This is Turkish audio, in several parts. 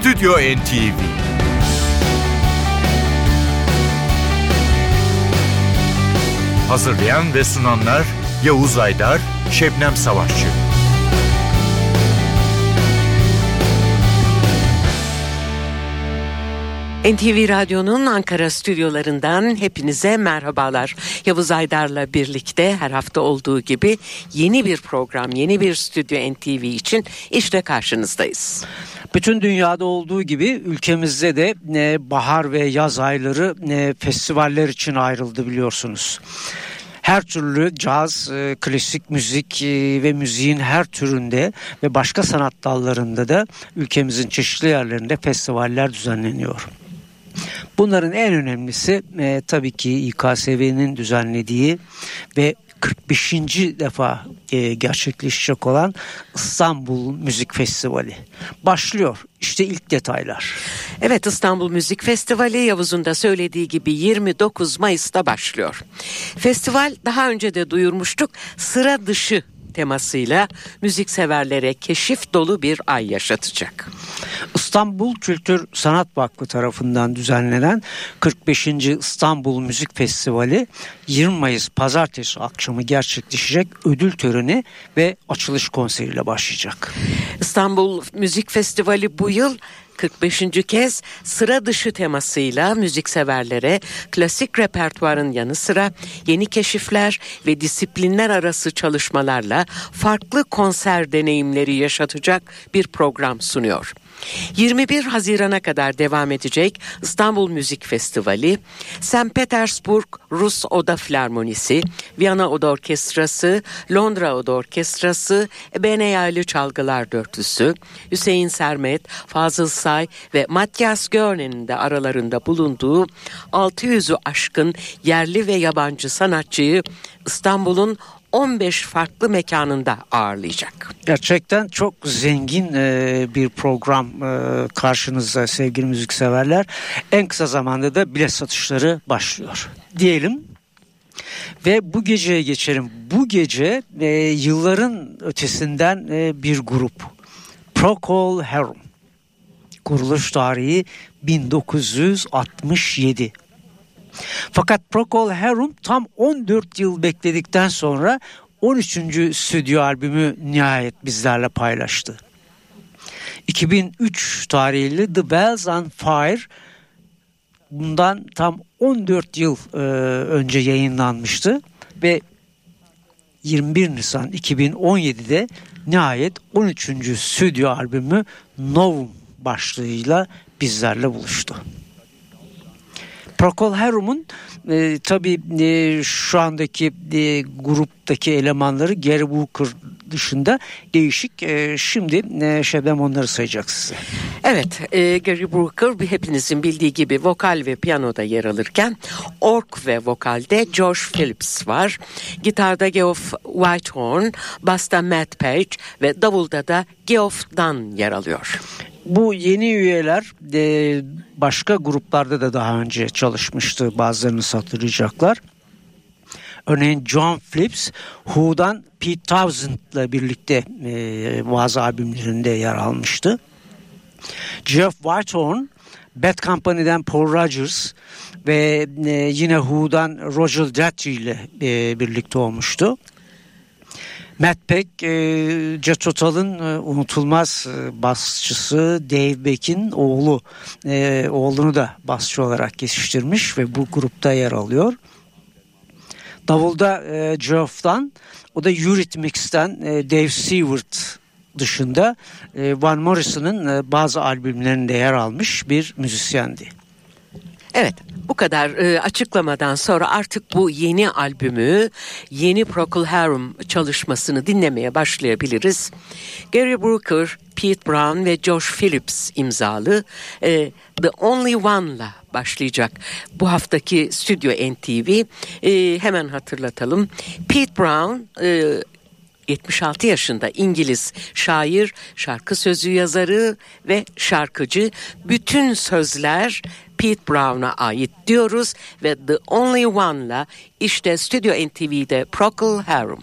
Stüdyo NTV. Hazırlayan ve sunanlar Yavuz Aydar, Şebnem Savaşçı. NTV Radyo'nun Ankara stüdyolarından hepinize merhabalar. Yavuz Aydar'la birlikte her hafta olduğu gibi yeni bir program, yeni bir stüdyo NTV için işte karşınızdayız. Bütün dünyada olduğu gibi ülkemizde de bahar ve yaz ayları festivaller için ayrıldı biliyorsunuz. Her türlü caz, klasik müzik ve müziğin her türünde ve başka sanat dallarında da ülkemizin çeşitli yerlerinde festivaller düzenleniyor. Bunların en önemlisi tabii ki İKSV'nin düzenlediği ve 45. defa gerçekleşecek olan İstanbul Müzik Festivali başlıyor. İşte ilk detaylar. Evet, İstanbul Müzik Festivali Yavuz'un da söylediği gibi 29 Mayıs'ta başlıyor. Festival daha önce de duyurmuştuk, sıra dışı temasıyla müzikseverlere keşif dolu bir ay yaşatacak. İstanbul Kültür Sanat Vakfı tarafından düzenlenen 45. İstanbul Müzik Festivali 20 Mayıs Pazartesi akşamı gerçekleşecek ödül töreni ve açılış konseriyle başlayacak. İstanbul Müzik Festivali bu yıl 45. kez sıra dışı temasıyla müzikseverlere klasik repertuarın yanı sıra yeni keşifler ve disiplinler arası çalışmalarla farklı konser deneyimleri yaşatacak bir program sunuyor. 21 Haziran'a kadar devam edecek İstanbul Müzik Festivali, St. Petersburg Rus Oda Filarmonisi, Viyana Oda Orkestrası, Londra Oda Orkestrası, Beneyali Çalgılar Dörtlüsü, Hüseyin Sermet, Fazıl Say ve Matyas Görne'nin de aralarında bulunduğu 600'ü aşkın yerli ve yabancı sanatçıyı İstanbul'un 15 farklı mekanında ağırlayacak. Gerçekten çok zengin bir program karşınızda sevgili müzikseverler. En kısa zamanda da bilet satışları başlıyor diyelim. Ve bu geceye geçelim. Bu gece yılların ötesinden bir grup. Procol Harum. Kuruluş tarihi 1967. Fakat Procol Harum tam 14 yıl bekledikten sonra 13. stüdyo albümü nihayet bizlerle paylaştı. 2003 tarihli The Bells on Fire bundan tam 14 yıl önce yayınlanmıştı ve 21 Nisan 2017'de nihayet 13. stüdyo albümü Novum başlığıyla bizlerle buluştu. Procol Harum'un tabii şu andaki gruptaki elemanları Gary Walker dışında değişik. Şimdi Şebnem onları sayacak size. Evet, Gary Walker hepinizin bildiği gibi vokal ve piyanoda yer alırken org ve vokalde Josh Phillips var. Gitarda Geoff Whitehorn, basta Matt Page ve davulda da Geoff Dunn yer alıyor. Bu yeni üyeler başka gruplarda da daha önce çalışmıştı. Bazılarını hatırlayacaklar. Örneğin John Phillips, Who'dan Pete Townshend'la birlikte bazı albümlerinde yer almıştı. Geoff Whitehorn, Bad Company'den Paul Rodgers ve yine Who'dan Roger Daltrey ile birlikte olmuştu. Matt Peck, Jethro Tull'ın unutulmaz basçısı Dave Beck'in oğlu. Oğlunu da basçı olarak yetiştirmiş ve bu grupta yer alıyor. Davulda Geoff Dunn, o da Eurythmics'ten Dave Stewart dışında Van Morrison'ın bazı albümlerinde yer almış bir müzisyendi. Evet, bu kadar açıklamadan sonra artık bu yeni albümü, yeni Procol Harum çalışmasını dinlemeye başlayabiliriz. Gary Brooker, Pete Brown ve Josh Phillips imzalı The Only One'la başlayacak bu haftaki Stüdyo NTV. Hemen hatırlatalım. Pete Brown 76 yaşında İngiliz şair, şarkı sözü yazarı ve şarkıcı. Bütün sözler Pete Brown'a ait diyoruz ve The Only One'la işte Stüdyo NTV'de Procol Harum.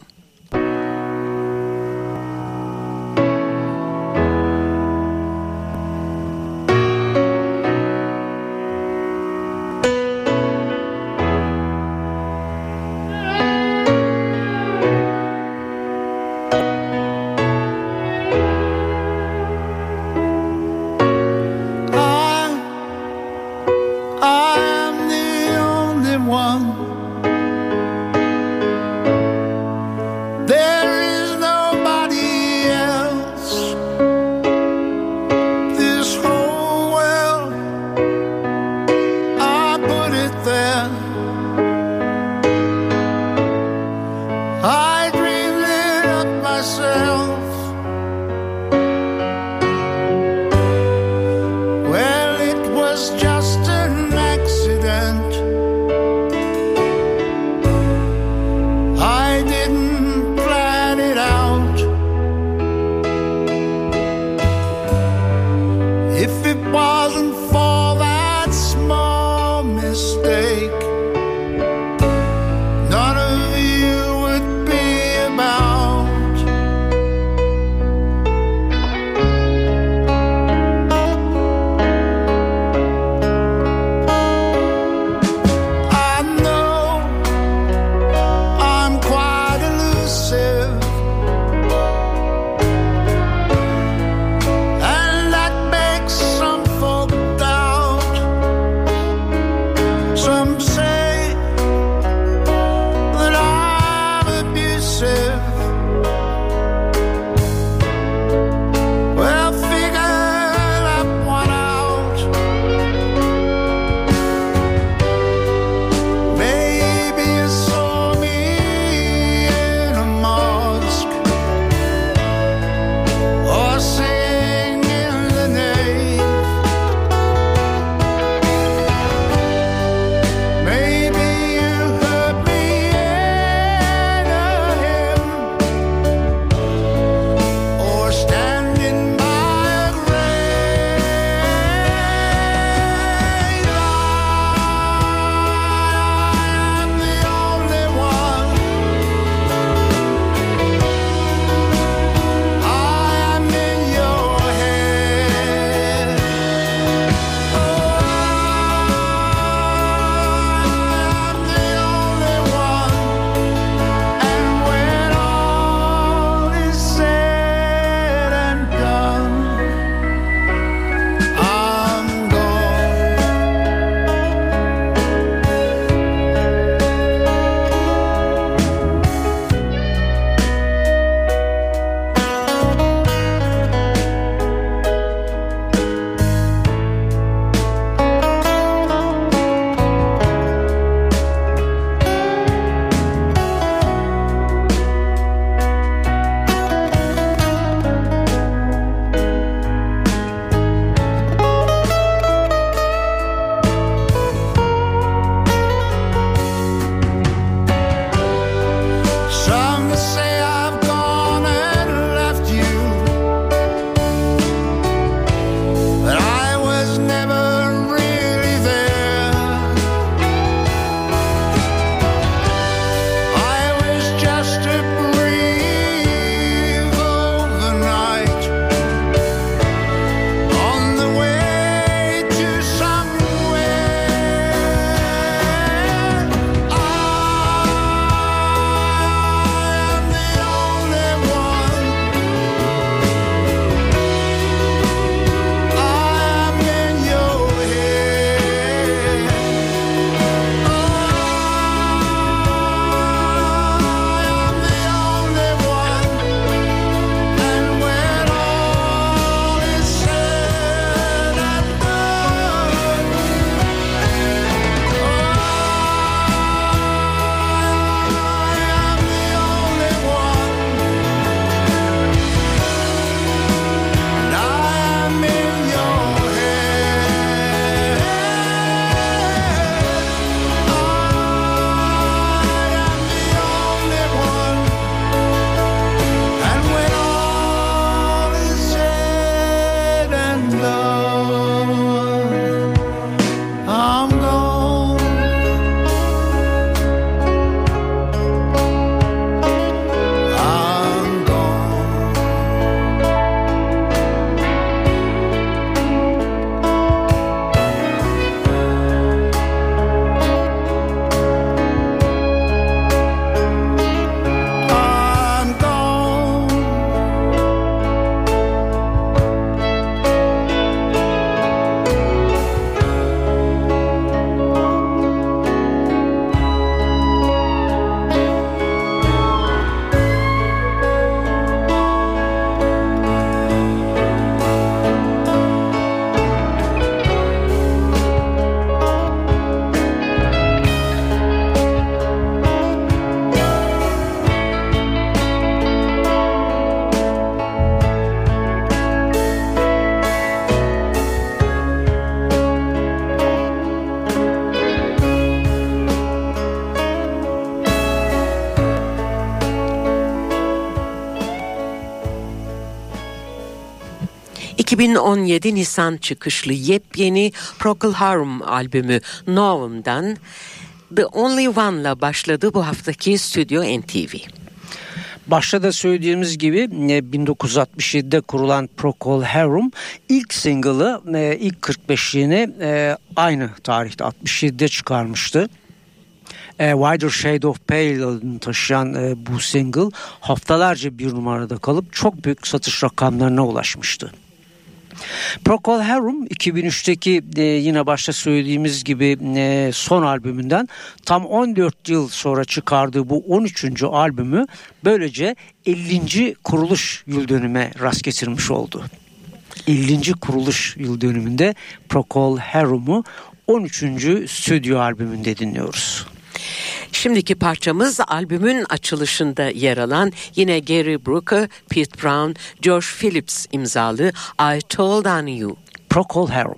2017 Nisan çıkışlı yepyeni Procol Harum albümü Novum'dan The Only One'la başladı bu haftaki Stüdyo NTV. Başta da söylediğimiz gibi 1967'de kurulan Procol Harum ilk single'ı ilk 45'liğini aynı tarihte 67'de çıkarmıştı. Wider Shade of Pale adını taşıyan bu single haftalarca bir numarada kalıp çok büyük satış rakamlarına ulaşmıştı. Procol Harum 2003'teki yine başta söylediğimiz gibi son albümünden tam 14 yıl sonra çıkardığı bu 13. albümü böylece 50. kuruluş yıl dönümüne rast getirmiş oldu. 50. kuruluş yıl dönümünde Procol Harum'u 13. stüdyo albümünde dinliyoruz. Şimdiki parçamız albümün açılışında yer alan yine Gary Brooker, Pete Brown, Josh Phillips imzalı I Told On You. Procol Harum.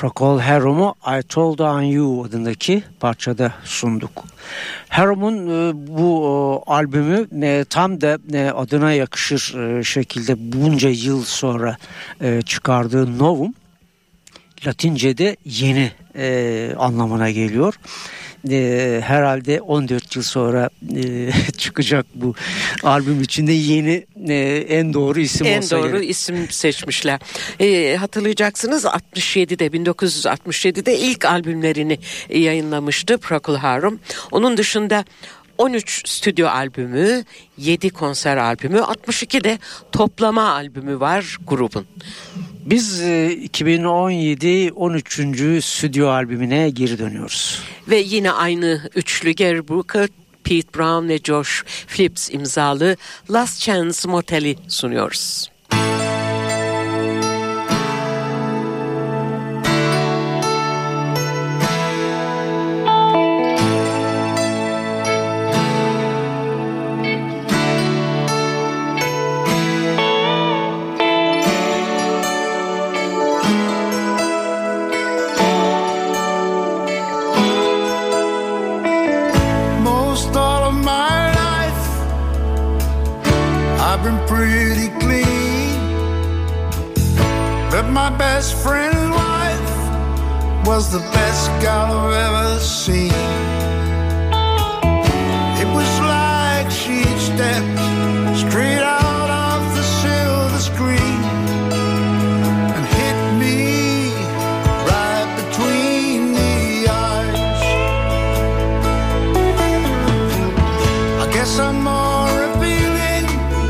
Procol Harum'u I Told On You adındaki parçada sunduk. Harum'un bu albümü tam da adına yakışır şekilde bunca yıl sonra çıkardığı Novum, Latince'de yeni anlamına geliyor. Herhalde 14 yıl sonra çıkacak bu albüm içinde yeni en doğru isim olsa gerek. En doğru isim seçmişler. Hatırlayacaksınız 1967'de ilk albümlerini yayınlamıştı Procol Harum. Onun dışında 13 stüdyo albümü, 7 konser albümü, 62 de toplama albümü var grubun. Biz 2017 13. stüdyo albümüne geri dönüyoruz. Ve yine aynı üçlü Gary Brooker, Pete Brown ve Josh Phillips imzalı Last Chance Motel'i sunuyoruz. Pretty clean, but my best friend's wife was the best gal I've ever seen. It was like she'd stepped straight out of the silver screen and hit me right between the eyes. I guess I'm more appealing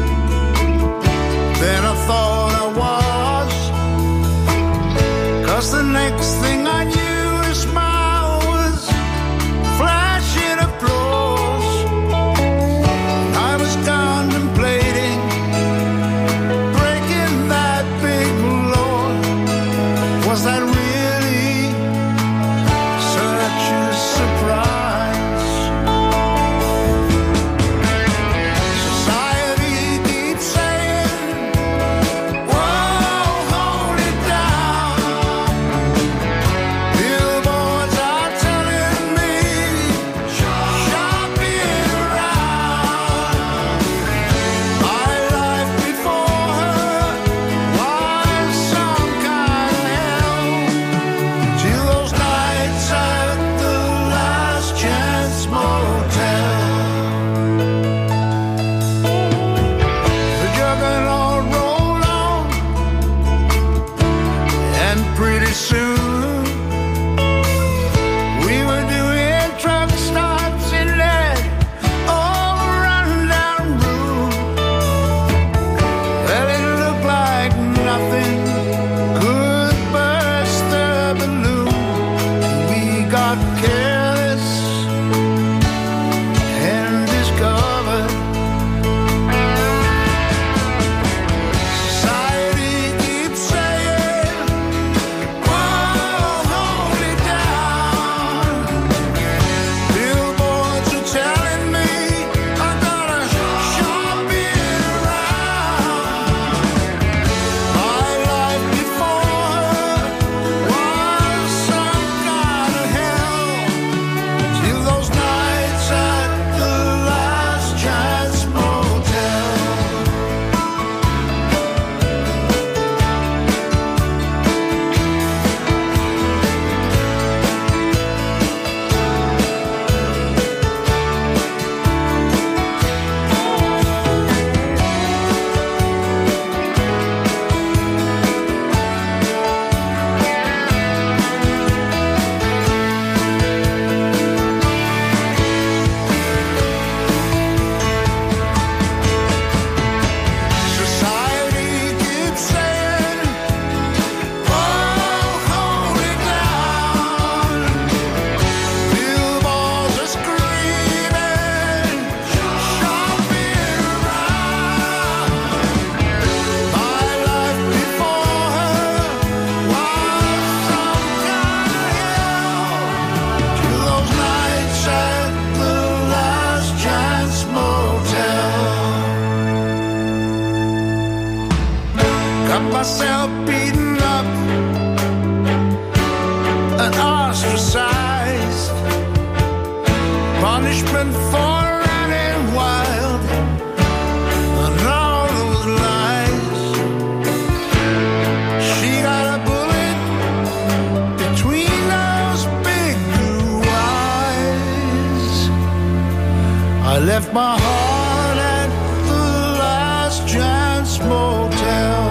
than I thought I was, 'cause the next thing I knew, a smile was flashing across. I was contemplating breaking that big law. Was that really such a surprise? Society keeps saying, whoa, hold it down. Billboards are telling me, shop it around. My life before her was some kind of hell, till those nights at the Last Chance Motel. The juggernaut rolled on, and pretty soon we were doing truck stops in that old run-down room. Well, it looked like nothing could burst the balloon. We got careless and discovered society keeps saying, whoa, punishment for running wild. And all those lies. She got a bullet between those big blue eyes. I left my heart at the Last Chance Motel.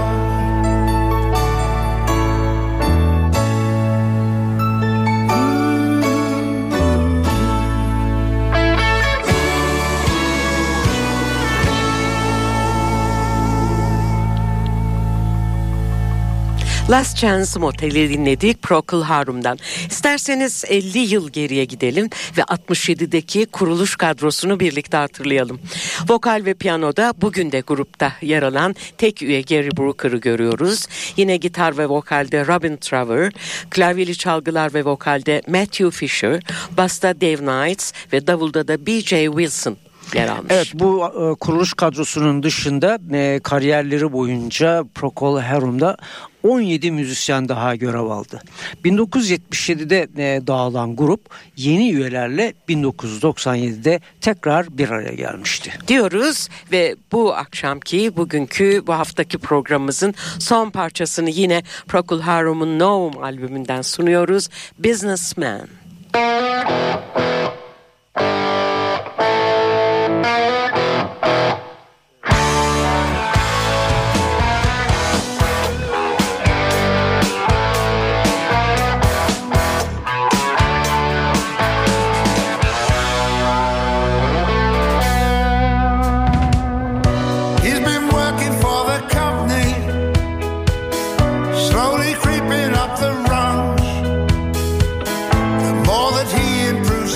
Last Chance Motel'i dinledik Procol Harum'dan. İsterseniz 50 yıl geriye gidelim ve 67'deki kuruluş kadrosunu birlikte hatırlayalım. Vokal ve piyanoda bugün de grupta yer alan tek üye Gary Brooker'ı görüyoruz. Yine gitar ve vokalde Robin Trower, klavyeli çalgılar ve vokalde Matthew Fisher, basta Dave Knights ve davulda da B.J. Wilson yer almış. Evet, bu kuruluş kadrosunun dışında kariyerleri boyunca Procol Harum'da 17 müzisyen daha görev aldı. 1977'de dağılan grup yeni üyelerle 1997'de tekrar bir araya gelmişti. Diyoruz ve bu haftaki programımızın son parçasını yine Procol Harum'un No albümünden sunuyoruz. Businessman. Slowly creeping up the rungs. The more that he improves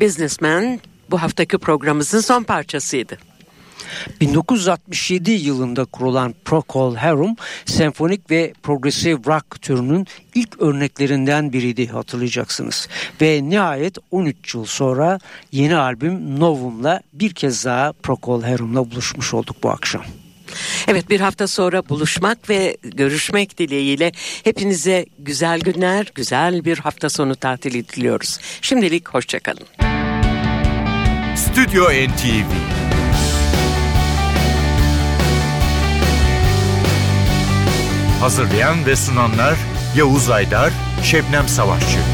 Businessman bu haftaki programımızın son parçasıydı. 1967 yılında kurulan Procol Harum, senfonik ve progressive rock türünün ilk örneklerinden biriydi, hatırlayacaksınız. Ve nihayet 13 yıl sonra yeni albüm Novum'la bir kez daha Procol Harum'la buluşmuş olduk bu akşam. Evet, bir hafta sonra buluşmak ve görüşmek dileğiyle hepinize güzel günler, güzel bir hafta sonu tatili diliyoruz. Şimdilik hoşçakalın. Stüdyo NTV Hazırlayan ve sunanlar Yavuz Aydar, Şebnem Savaşçı.